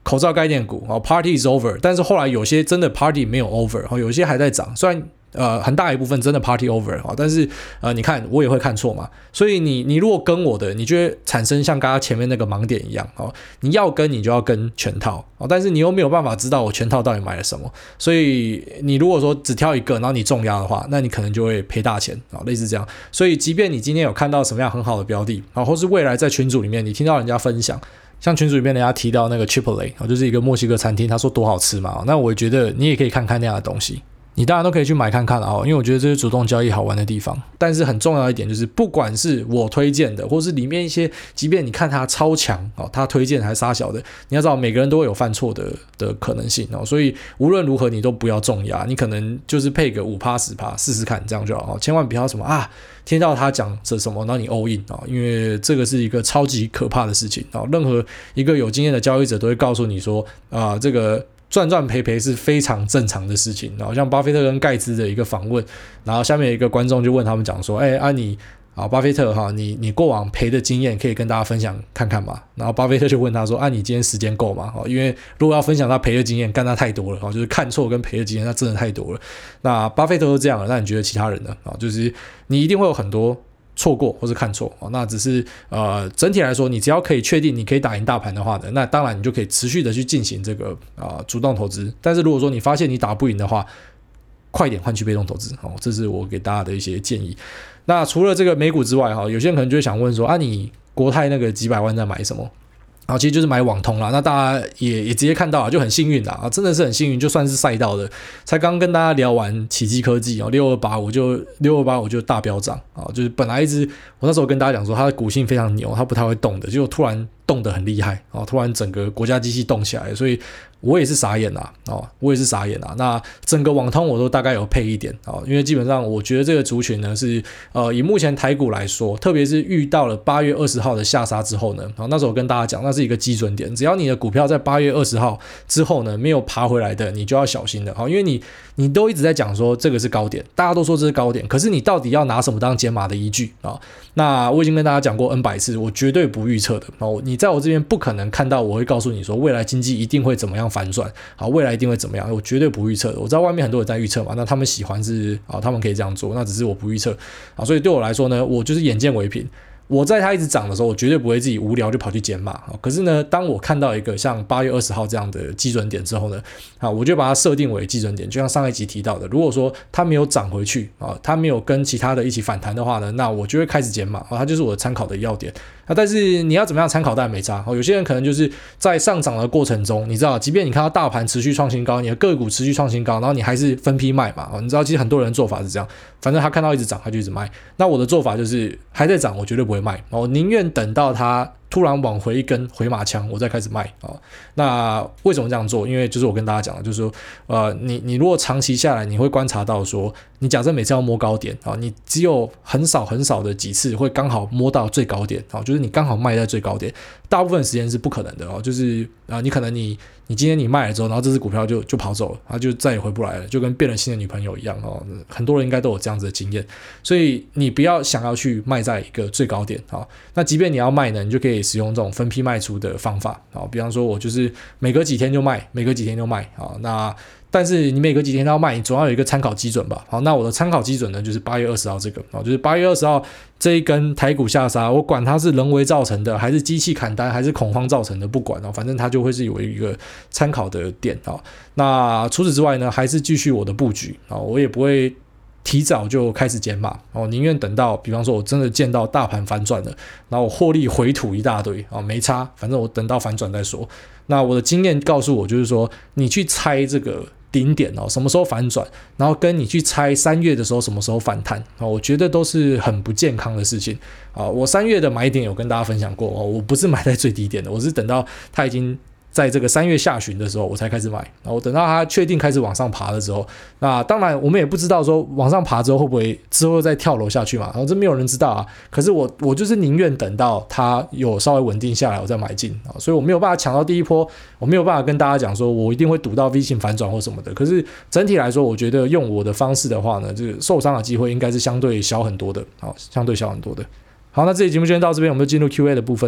口罩概念股、哦、Party is over， 但是后来有些真的 Party 没有 over， 哦、有些还在涨，虽然呃很大一部分真的 Party over， 哦、但是呃你看我也会看错嘛，所以你你如果跟我的，你就会产生像刚刚前面那个盲点一样，哦、你要跟你就要跟全套，哦、但是你又没有办法知道我全套到底买了什么，所以你如果说只挑一个，然后你重压的话，那你可能就会赔大钱，哦、类似这样。所以即便你今天有看到什么样很好的标的，哦、或是未来在群组里面你听到人家分享，像群组里面人家提到那个 Chipotle， 就是一个墨西哥餐厅，他说多好吃嘛，那我觉得你也可以看看那样的东西，你当然都可以去买看看啊，因为我觉得这是主动交易好玩的地方。但是很重要一点就是，不管是我推荐的，或是里面一些，即便你看它超强哦，他推荐还是杀小的，你要知道每个人都会有犯错的的可能性哦，所以无论如何你都不要重压，你可能就是配个 百分之五、百分之十 试试看，这样就好，千万不要什么啊。听到他讲这什么，然后你 all in 啊，因为这个是一个超级可怕的事情啊。任何一个有经验的交易者都会告诉你说啊，这个赚赚赔赔是非常正常的事情。然后像巴菲特跟盖茨的一个访问，然后下面有一个观众就问他们讲说，哎，啊你啊，巴菲特哈，你你过往赔的经验可以跟大家分享看看嘛？然后巴菲特就问他说，啊，你今天时间够吗？因为如果要分享他赔的经验，干他太多了，就是看错跟赔的经验，那真的太多了。那巴菲特都这样了，那你觉得其他人呢？就是你一定会有很多错过或是看错，那只是呃整体来说，你只要可以确定你可以打赢大盘的话呢，那当然你就可以持续的去进行这个啊、呃、主动投资。但是如果说你发现你打不赢的话，快点换去被动投资哦，这是我给大家的一些建议。那除了这个美股之外哈，有些人可能就会想问说啊，你国泰那个几百万在买什么？啊，其实就是买网通啦，那大家也也直接看到了，就很幸运啦，啊，真的是很幸运，就算是赛道的，才刚跟大家聊完启基科技哦，六二八五就六二八五就大飙涨啊，就是本来一直我那时候跟大家讲说它的股性非常牛，它不太会动的，结果突然动得很厉害啊，突然整个国家机器动起来，所以我也是傻眼啦，哦，我也是傻眼啦。那整个网通我都大概有配一点啊，因为基本上我觉得这个族群呢是呃以目前台股来说，特别是遇到了八月二十号的下杀之后呢，啊，那时候我跟大家讲，那是一个基准点，只要你的股票在八月二十号之后呢没有爬回来的，你就要小心了，因为你你都一直在讲说这个是高点，大家都说这是高点，可是你到底要拿什么当减码的依据啊？那我已经跟大家讲过 N 百次，我绝对不预测的哦，你在我这边不可能看到我会告诉你说未来经济一定会怎么样反转，好，未来一定会怎么样，我绝对不预测的。我知道外面很多人在预测嘛，那他们喜欢是啊，他们可以这样做，那只是我不预测啊，所以对我来说呢，我就是眼见为凭。我在它一直涨的时候，我绝对不会自己无聊就跑去减码。可是呢，当我看到一个像八月二十号这样的基准点之后呢，啊，我就把它设定为基准点。就像上一集提到的，如果说它没有涨回去啊，它没有跟其他的一起反弹的话呢，那我就会开始减码。啊，它就是我的参考的要点。啊，但是你要怎么样参考当然没差。有些人可能就是在上涨的过程中，你知道，即便你看到大盘持续创新高，你的个股持续创新高，然后你还是分批卖嘛。你知道，其实很多人的做法是这样，反正他看到一直涨，他就一直卖。那我的做法就是还在涨，我绝对不会卖，我宁愿等到它突然往回一根回马枪，我再开始卖啊。那为什么这样做？因为就是我跟大家讲的，就是说，呃，你你如果长期下来，你会观察到说，你假设每次要摸高点啊，你只有很少很少的几次会刚好摸到最高点啊，就是你刚好卖在最高点，大部分时间是不可能的哦。就是啊，你可能你你今天你卖了之后，然后这只股票就就跑走了，它就再也回不来了，就跟变了心的女朋友一样哦。很多人应该都有这样子的经验，所以你不要想要去卖在一个最高点啊。那即便你要卖呢，你就可以使用这种分批卖出的方法啊。比方说，我就是每隔几天就卖，每隔几天就卖啊。那但是你每隔几天都要卖，你总要有一个参考基准吧。好，那我的参考基准呢，就是八月二十号这个啊，就是八月二十号这一根台股下杀，我管它是人为造成的，还是机器砍单，还是恐慌造成的，不管哦，反正它就会是有一个参考的点啊。那除此之外呢，还是继续我的布局啊，我也不会提早就开始减码哦，宁愿等到，比方说我真的见到大盘反转了，然后我获利回吐一大堆啊，没差，反正我等到反转再说。那我的经验告诉我，就是说你去猜这个顶点哦，什么时候反转，然后跟你去猜三月的时候什么时候反弹啊，我觉得都是很不健康的事情啊。我三月的买点有跟大家分享过哦，我不是买在最低点的，我是等到它已经在这个三月下旬的时候我才开始买，然后等到它确定开始往上爬的时候，那当然我们也不知道说往上爬之后会不会之后再跳楼下去嘛，然后这没有人知道啊。可是我我就是宁愿等到它有稍微稳定下来我再买进啊，所以我没有办法抢到第一波，我没有办法跟大家讲说我一定会赌到 V 型反转或什么的。可是整体来说，我觉得用我的方式的话呢，这个受伤的机会应该是相对小很多的，好，相对小很多的。好，那这期节目就先到这边，我们就进入 Q A 的部分。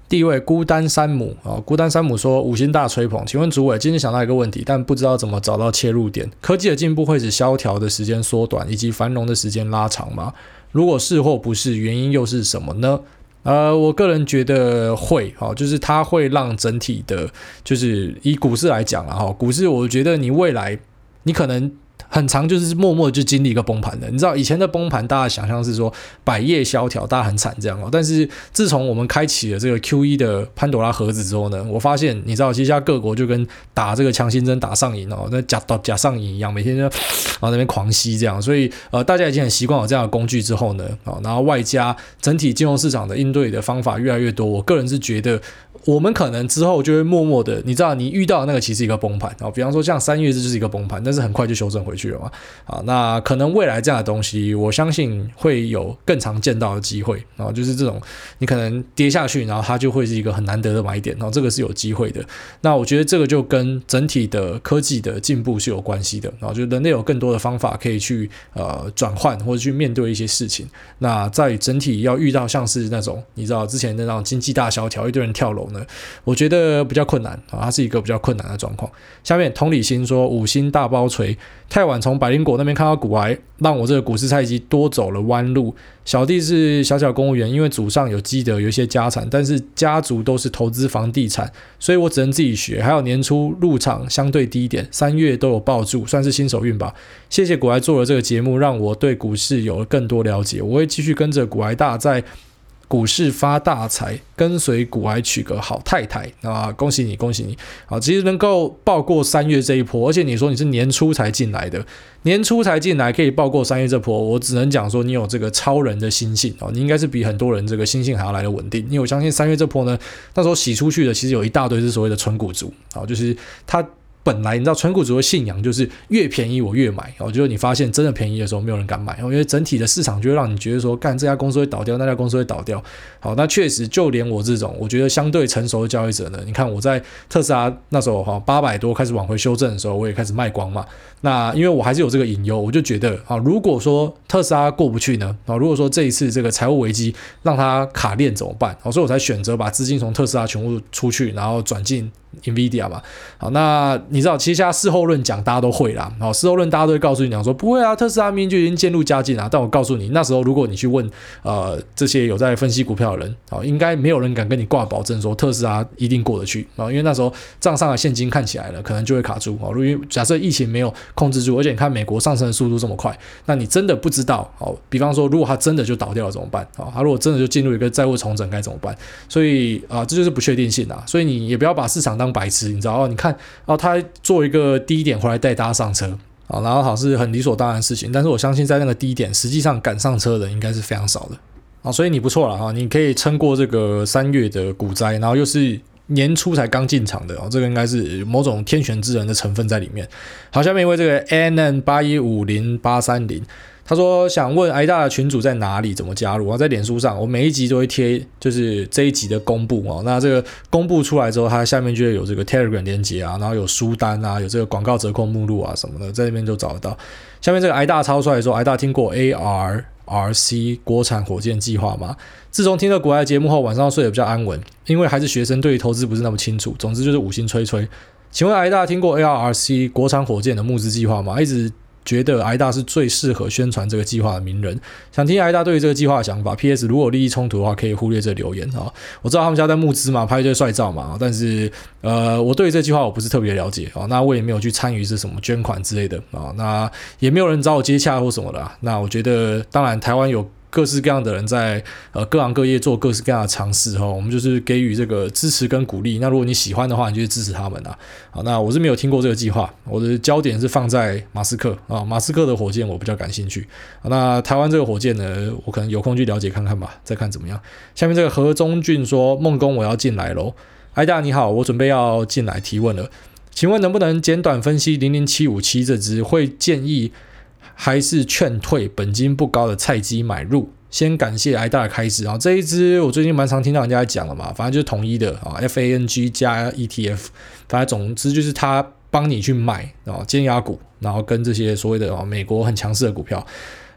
第一位孤单山姆啊，孤单山姆说五星大吹捧，请问主委，今天想到一个问题，但不知道怎么找到切入点。科技的进步会使萧条的时间缩短，以及繁荣的时间拉长吗？如果是或不是，原因又是什么呢？呃，我个人觉得会，哦，就是它会让整体的，就是以股市来讲啦，哈，股市我觉得你未来你可能很长就是默默就经历一个崩盘的，你知道以前的崩盘大家想象是说百业萧条，大家很惨这样哦。但是自从我们开启了这个 Q E 的潘多拉盒子之后呢，我发现你知道其实现在各国就跟打这个强心针打上瘾哦，那假假上瘾一样，每天就然后那边狂吸这样，所以呃大家已经很习惯有这样的工具之后呢，哦，然后外加整体金融市场的应对的方法越来越多，我个人是觉得我们可能之后就会默默的，你知道你遇到的那个其实一个崩盘啊，比方说像三月这就是一个崩盘，但是很快就修正回去了嘛。啊，那可能未来这样的东西，我相信会有更常见到的机会啊，就是这种你可能跌下去，然后它就会是一个很难得的买点，然后这个是有机会的。那我觉得这个就跟整体的科技的进步是有关系的，然后就人类有更多的方法可以去呃转换或者去面对一些事情。那在整体要遇到像是那种你知道之前的那种经济大萧条，一堆人跳楼呢，我觉得比较困难啊，它是一个比较困难的状况。下面同理心说五星大包锤，太晚从百灵果那边看到股癌，让我这个股市菜鸡多走了弯路。小弟是小小公务员，因为祖上有积德，有一些家产，但是家族都是投资房地产，所以我只能自己学。还有年初入场相对低一点，三月都有抱住，算是新手运吧。谢谢股癌做了这个节目，让我对股市有了更多了解。我会继续跟着股癌大在股市发大财，跟随股癌娶个好太太啊！恭喜你，恭喜你！好，其实能够抱过三月这一波，而且你说你是年初才进来的，年初才进来可以抱过三月这波，我只能讲说你有这个超人的心性哦，你应该是比很多人这个心性还要来的稳定。因为我相信三月这波呢，那时候洗出去的其实有一大堆是所谓的纯股族啊，就是他。本来你知道纯股族的信仰就是越便宜我越买，哦，就是你发现真的便宜的时候没有人敢买，因为整体的市场就会让你觉得说干这家公司会倒掉，那家公司会倒掉。好，那确实就连我这种我觉得相对成熟的交易者呢，你看我在特斯拉那时候哈八百多开始往回修正的时候，我也开始卖光嘛。那因为我还是有这个隐忧，我就觉得啊，如果说特斯拉过不去呢，啊，如果说这一次这个财务危机让它卡链怎么办？好，所以我才选择把资金从特斯拉全部出去，然后转进Nvidia 嘛。好，那你知道其实现在事后论讲大家都会啦，好，事后论大家都会告诉你讲说不会啊，特斯拉明明就已经渐入佳境啊。但我告诉你那时候如果你去问呃这些有在分析股票的人，好，应该没有人敢跟你挂保证说特斯拉一定过得去啊，因为那时候账上的现金看起来了可能就会卡住。好，如果假设疫情没有控制住，而且你看美国上升的速度这么快，那你真的不知道，好，比方说如果它真的就倒掉了怎么办？好，它如果真的就进入一个债务重整该怎么办？所以啊、呃，这就是不确定性啊。所以你也不要把市场当白痴，你知道哦？你看哦，他做一个低点回来带大家上车，好，然后好是很理所当然的事情。但是我相信在那个低点，实际上赶上车的应该是非常少的。好，所以你不错了哈，你可以撑过这个三月的股灾，然后又是年初才刚进场的哦，这个应该是某种天选之人的成分在里面。好，下面一位这个 N N 八一五零八三零。他说想问挨大的群组在哪里，怎么加入？然后在脸书上，我每一集都会贴，就是这一集的公布哦。那这个公布出来之后，它下面就会有这个 Telegram 连结啊，然后有书单啊，有这个广告折扣目录啊什么的，在那边就找得到。下面这个挨大超帅说，挨大听过 A R R C 国产火箭计划吗？自从听了国外节目后，晚上睡得比较安稳，因为还是学生，对于投资不是那么清楚。总之就是五星吹吹。请问挨大听过 A R R C 国产火箭的募资计划吗？一直觉得挨大是最适合宣传这个计划的名人，想听挨大对于这个计划的想法。P S 如果有利益冲突的话，可以忽略这留言啊。我知道他们家在募资嘛，拍一堆帅照嘛，但是呃，我对于这个计划我不是特别了解啊。那我也没有去参与是什么捐款之类的啊。那也没有人找我接洽或什么的啊。那我觉得，当然台湾有各式各样的人在呃各行各业做各式各样的尝试哈，我们就是给予这个支持跟鼓励。那如果你喜欢的话，你就去支持他们啊。好，那我是没有听过这个计划，我的焦点是放在马斯克啊，马斯克的火箭我比较感兴趣。那台湾这个火箭呢，我可能有空去了解看看吧，再看怎么样。下面这个何中俊说，梦工我要进来咯。挨大你好，我准备要进来提问了，请问能不能简短分析零零七五七这支，会建议还是劝退本金不高的菜鸡买入？先感谢挨大的开始啊，这一支我最近蛮常听到人家在讲了嘛，反正就是统一的啊 ，F A N G 加 E T F， 反正总之就是他帮你去买啊尖牙股，然后跟这些所谓的、啊、美国很强势的股票。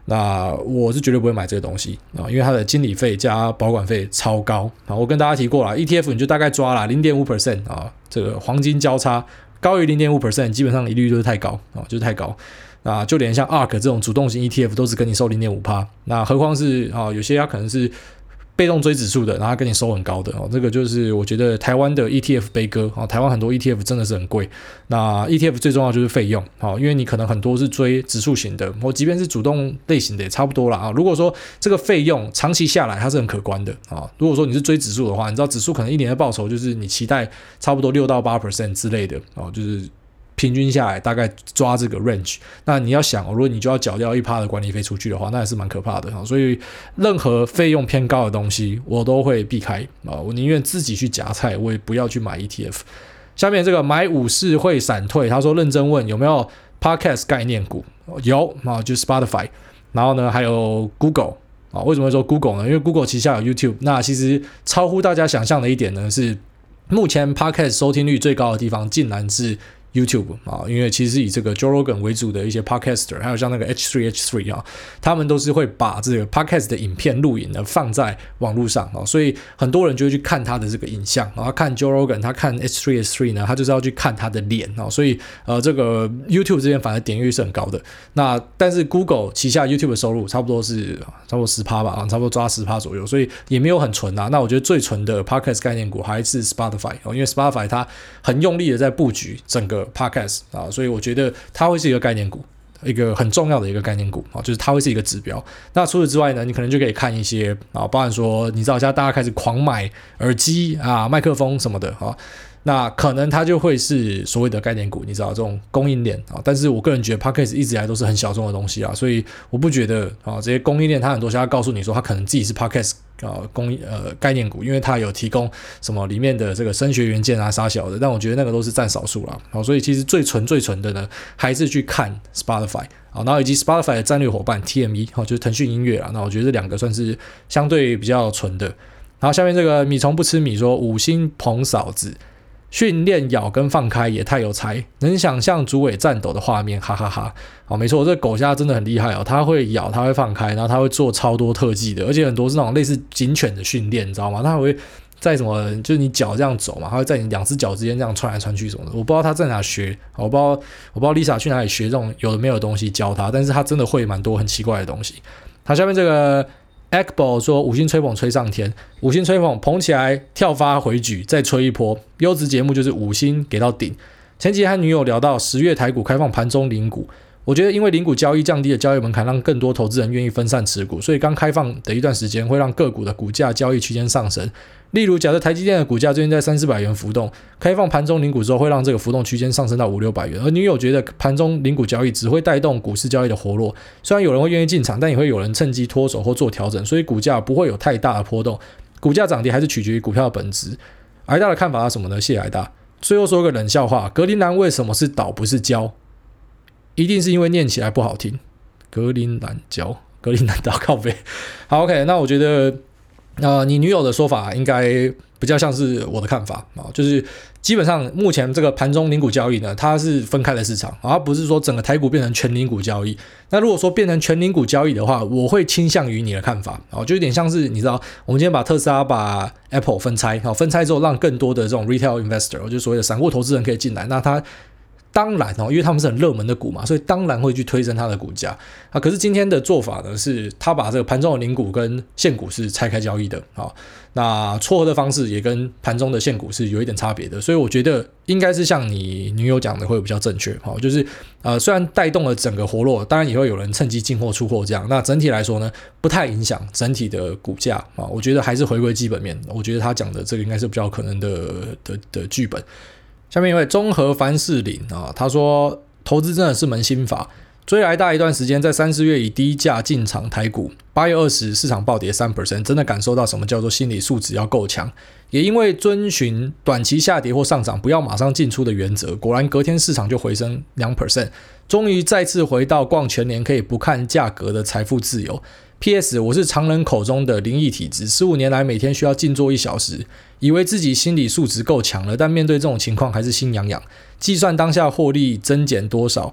那我是绝对不会买这个东西啊，因为它的经理费加保管费超高啊。我跟大家提过了 ，E T F 你就大概抓啦 百分之零点五 啊，这个黄金交叉高于 百分之零点五 基本上一律都是太高啊，就是太高。那就连像 A R K 这种主动型 E T F 都只跟你收 百分之零点五， 那何况是啊，有些它可能是被动追指数的，然后跟你收很高的哦，这个就是我觉得台湾的 E T F 悲歌哦，台湾很多 E T F 真的是很贵。那 E T F 最重要就是费用哦，因为你可能很多是追指数型的，或即便是主动类型的也差不多啦啊。如果说这个费用长期下来它是很可观的啊，如果说你是追指数的话，你知道指数可能一年的报酬就是你期待差不多百分之六到八 之类的哦，就是平均下来大概抓这个 range， 那你要想、哦、如果你就要缴掉 百分之一 的管理费出去的话，那也是蛮可怕的、哦、所以任何费用偏高的东西我都会避开、哦、我宁愿自己去夹菜，我也不要去买 E T F。 下面这个买武士会闪退，他说认真问有没有 podcast 概念股，有、哦、就是 Spotify， 然后呢还有 Google、哦、为什么会说 Google 呢？因为 Google 旗下有 YouTube， 那其实超乎大家想象的一点呢是目前 podcast 收听率最高的地方竟然是YouTube 啊，因为其实以这个 Joe Rogan 为主的一些 podcaster， 还有像那个 H 三 H 三 啊，他们都是会把这个 podcast 的影片录影呢放在网络上啊，所以很多人就会去看他的这个影像，然后看 Joe Rogan， 他看 H 三 H 三 呢，他就是要去看他的脸啊，所以呃这个 YouTube 这边反而点阅率是很高的。那但是 Google 旗下 YouTube 的收入差不多是差不多 百分之十 吧，差不多抓 百分之十 左右，所以也没有很纯啊。那我觉得最纯的 podcast 概念股还是 Spotify， 因为 Spotify 它很用力的在布局整个podcast 啊，所以我觉得它会是一个概念股，一个很重要的一个概念股啊，就是它会是一个指标。那除此之外呢，你可能就可以看一些啊，包含说你知道现在大家开始狂买耳机啊、麦克风什么的啊，那可能它就会是所谓的概念股，你知道这种供应链啊。但是我个人觉得 podcast 一直以来都是很小众的东西啊，所以我不觉得啊这些供应链它很多现在告诉你说它可能自己是 podcast啊供呃概念股，因为它有提供什么里面的这个声学元件啊啥小的，但我觉得那个都是占少数啦。好，所以其实最纯最纯的呢，还是去看 Spotify 啊，然后以及 Spotify 的战略伙伴 T M E 啊，就是腾讯音乐啊。那我觉得这两个算是相对比较纯的。然后下面这个米虫不吃米说五星捧嫂子。训练咬跟放开也太有才，能想象主委战斗的画面，哈哈哈！好，没错，这个狗虾真的很厉害哦，它会咬，它会放开，然后它会做超多特技的，而且很多是那种类似警犬的训练，你知道吗？它会在什么，就是你脚这样走嘛，它会在你两只脚之间这样穿来穿去什么的，我不知道它在哪学，我不知道我不知道 Lisa 去哪里学这种有的没有的东西教它，但是它真的会蛮多很奇怪的东西。好，下面这个。Akbo 说五星吹捧吹上天，五星吹捧捧起来跳发回举再吹一波，优质节目就是五星给到顶。前几天和女友聊到十月台股开放盘中零股，我觉得因为零股交易降低了交易门槛，让更多投资人愿意分散持股，所以刚开放的一段时间会让个股的股价交易区间上升。例如假设台积电的股价最近在三四百元浮动，开放盘中零股之后会让这个浮动区间上升到五六百元，而女友觉得盘中零股交易只会带动股市交易的活络，虽然有人会愿意进场，但也会有人趁机脱手或做调整，所以股价不会有太大的波动，股价涨跌还是取决于股票的本质。挨大的看法是什么呢？谢谢挨大。最后说个冷笑话，格陵兰为什么是岛不是礁？一定是因为念起来不好听。格陵兰礁，格陵兰岛靠北。好 OK， 那我觉得呃，你女友的说法应该比较像是我的看法啊，就是基本上目前这个盘中零股交易呢，它是分开的市场啊，不是说整个台股变成全零股交易。那如果说变成全零股交易的话，我会倾向于你的看法啊，就有点像是你知道，我们今天把特斯拉、把 Apple 分拆，好，分拆之后让更多的这种 retail investor， 就是所谓的散户投资人可以进来，那他。当然哦，因为他们是很热门的股嘛，所以当然会去推升它的股价啊。可是今天的做法呢，是他把这个盘中的零股跟现股是拆开交易的啊。那撮合的方式也跟盘中的现股是有一点差别的，所以我觉得应该是像你女友讲的会比较正确哈。就是呃，虽然带动了整个活络，当然也会有人趁机进货出货这样。那整体来说呢，不太影响整体的股价啊。我觉得还是回归基本面。我觉得他讲的这个应该是比较可能的的的剧本。下面一位中和凡士林啊，他说投资真的是门心法，追来大一段时间，在三四月以低价进场台股，八月二十市场暴跌 百分之三， 真的感受到什么叫做心理素质要够强。也因为遵循短期下跌或上涨不要马上进出的原则，果然隔天市场就回升 百分之二， 终于再次回到逛全年可以不看价格的财富自由。P S 我是常人口中的灵异体质，十五年来每天需要静坐一小时，以为自己心理素质够强了，但面对这种情况还是心痒痒。计算当下获利增减多少，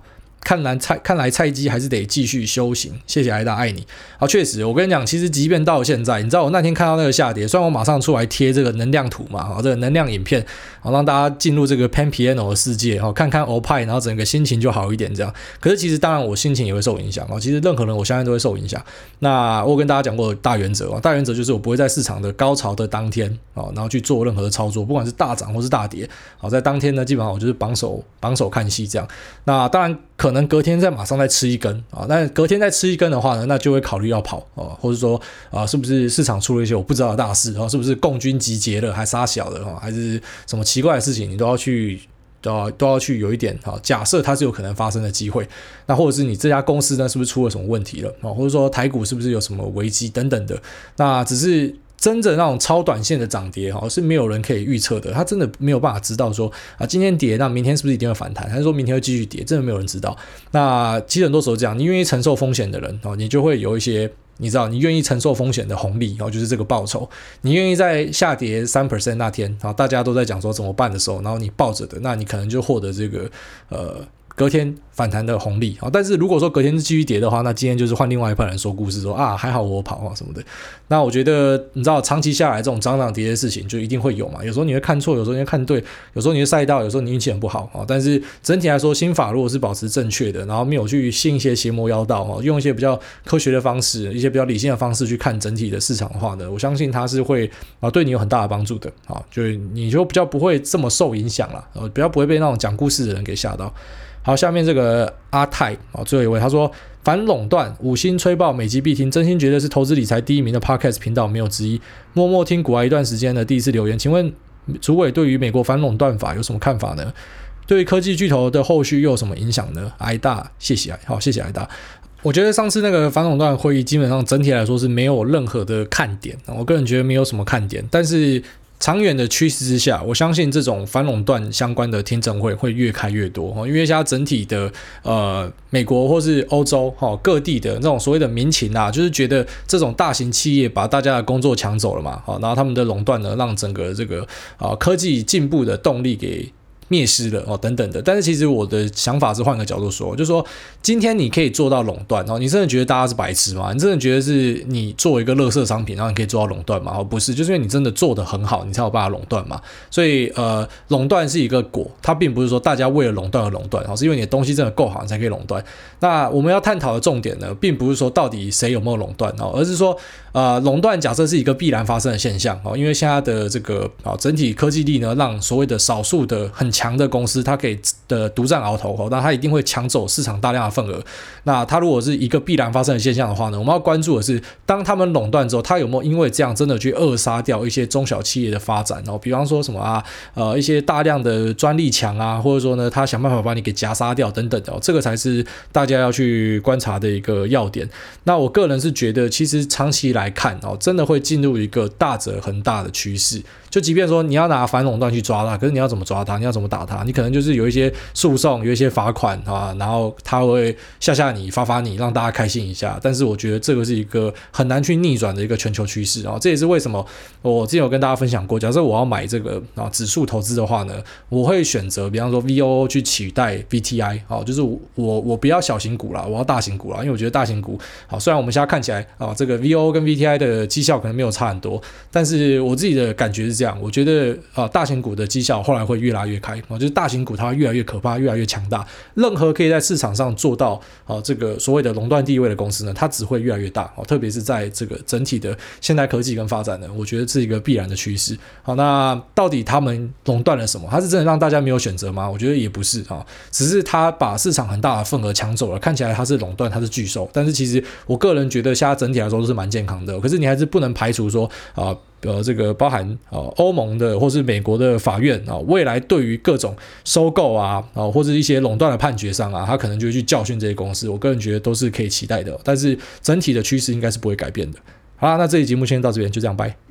看来菜看来菜鸡还是得继续修行，谢谢挨大爱你。好，确实，我跟你讲，其实即便到现在，你知道我那天看到那个下跌，虽然我马上出来贴这个能量图嘛，好，这个能量影片，好让大家进入这个 Pan Piano 的世界，好看看欧派，然后整个心情就好一点这样。可是其实当然我心情也会受影响哦，其实任何人我相信都会受影响。那我跟大家讲过大原则哦，大原则就是我不会在市场的高潮的当天哦，然后去做任何的操作，不管是大涨或是大跌，好，在当天呢，基本上我就是绑手绑手看戏这样。那当然可能隔天再马上再吃一根啊，但隔天再吃一根的话呢，那就会考虑要跑哦，或者说啊，是不是市场出了一些我不知道的大事啊，是不是共军集结了，还杀小的哈，还是什么奇怪的事情，你都要去。都要都要去有一点好，假设它是有可能发生的机会，那或者是你这家公司呢是不是出了什么问题了，或者说台股是不是有什么危机等等的，那只是真的那种超短线的涨跌是没有人可以预测的，他真的没有办法知道说啊今天跌，那明天是不是一定会反弹，还是说明天会继续跌，真的没有人知道。那其实很多时候这样，你愿意承受风险的人，你就会有一些。你知道，你愿意承受风险的红利，然后就是这个报酬。你愿意在下跌 百分之三 那天，然后大家都在讲说怎么办的时候，然后你抱着的，那你可能就获得这个呃隔天反弹的红利。但是如果说隔天是继续跌的话，那今天就是换另外一派人说故事说啊还好我跑啊什么的。那我觉得你知道长期下来这种涨涨跌的事情就一定会有嘛，有时候你会看错，有时候你会看对，有时候你会赛到，有时候你运气很不好。但是整体来说，心法如果是保持正确的，然后没有去信一些邪魔妖道，用一些比较科学的方式，一些比较理性的方式去看整体的市场的话呢，我相信它是会对你有很大的帮助的，就是你就比较不会这么受影响啦，比较不会被那种讲故事的人给吓到。好，下面这个阿泰最后一位他说反垄断五星吹爆每集必听，真心觉得是投资理财第一名的 Podcast 频道没有之一。默默听股癌一段时间的第一次留言，请问主委对于美国反垄断法有什么看法呢？对于科技巨头的后续又有什么影响呢？挨大，谢谢挨，好，谢谢挨大。我觉得上次那个反垄断会议基本上整体来说是没有任何的看点，我个人觉得没有什么看点，但是长远的趋势之下，我相信这种反垄断相关的听证会会越开越多，因为现在整体的呃美国或是欧洲各地的那种所谓的民情啊，就是觉得这种大型企业把大家的工作抢走了嘛，然后他们的垄断呢，让整个这个啊科技进步的动力给灭失了哦，等等的。但是其实我的想法是换个角度说，就是说今天你可以做到垄断哦，你真的觉得大家是白痴吗？你真的觉得是你做一个垃圾商品，然后你可以做到垄断吗？哦，不是，就是因为你真的做得很好，你才有办法垄断嘛。所以呃，垄断是一个果，它并不是说大家为了垄断而垄断，是因为你的东西真的够好，你才可以垄断。那我们要探讨的重点呢，并不是说到底谁有没有垄断哦，而是说呃，垄断假设是一个必然发生的现象哦，因为现在的这个啊整体科技力呢，让所谓的少数的很强的公司，它可以的独占鳌头，那它一定会抢走市场大量的份额。那它如果是一个必然发生的现象的话呢，我们要关注的是，当他们垄断之后，它有没有因为这样真的去扼杀掉一些中小企业的发展？哦，比方说什么啊，呃，一些大量的专利墙啊，或者说呢，他想办法把你给夹杀掉等等的，哦，这个才是大家要去观察的一个要点。那我个人是觉得，其实长期来看哦，真的会进入一个大者恒大的趋势。就即便说你要拿反垄断去抓它，可是你要怎么抓它？你要怎么打它？你可能就是有一些诉讼，有一些罚款啊，然后他会吓吓你、罚罚你，让大家开心一下。但是我觉得这个是一个很难去逆转的一个全球趋势啊。这也是为什么我之前有跟大家分享过，假设我要买这个啊指数投资的话呢，我会选择比方说 V O O 去取代 V T I 啊，就是我我不要小型股啦，我要大型股啦，因为我觉得大型股好，虽然我们现在看起来啊这个 V O O 跟 V T I 的绩效可能没有差很多，但是我自己的感觉是这样，我觉得啊大型股的绩效后来会越来越开，就是大型股它会越来越可怕，越来越强大。任何可以在市场上做到啊这个所谓的垄断地位的公司呢，它只会越来越大，特别是在这个整体的现代科技跟发展呢，我觉得是一个必然的趋势。好，那到底他们垄断了什么？它是真的让大家没有选择吗？我觉得也不是啊，只是它把市场很大的份额抢走了，看起来它是垄断，它是巨兽，但是其实我个人觉得现在整体来说都是蛮健康的。可是你还是不能排除说啊。呃，这个包含呃欧盟的或是美国的法院啊，未来对于各种收购啊，啊或者一些垄断的判决上啊，他可能就会去教训这些公司。我个人觉得都是可以期待的，但是整体的趋势应该是不会改变的。好啦，那这期节目先到这边，就这样，拜。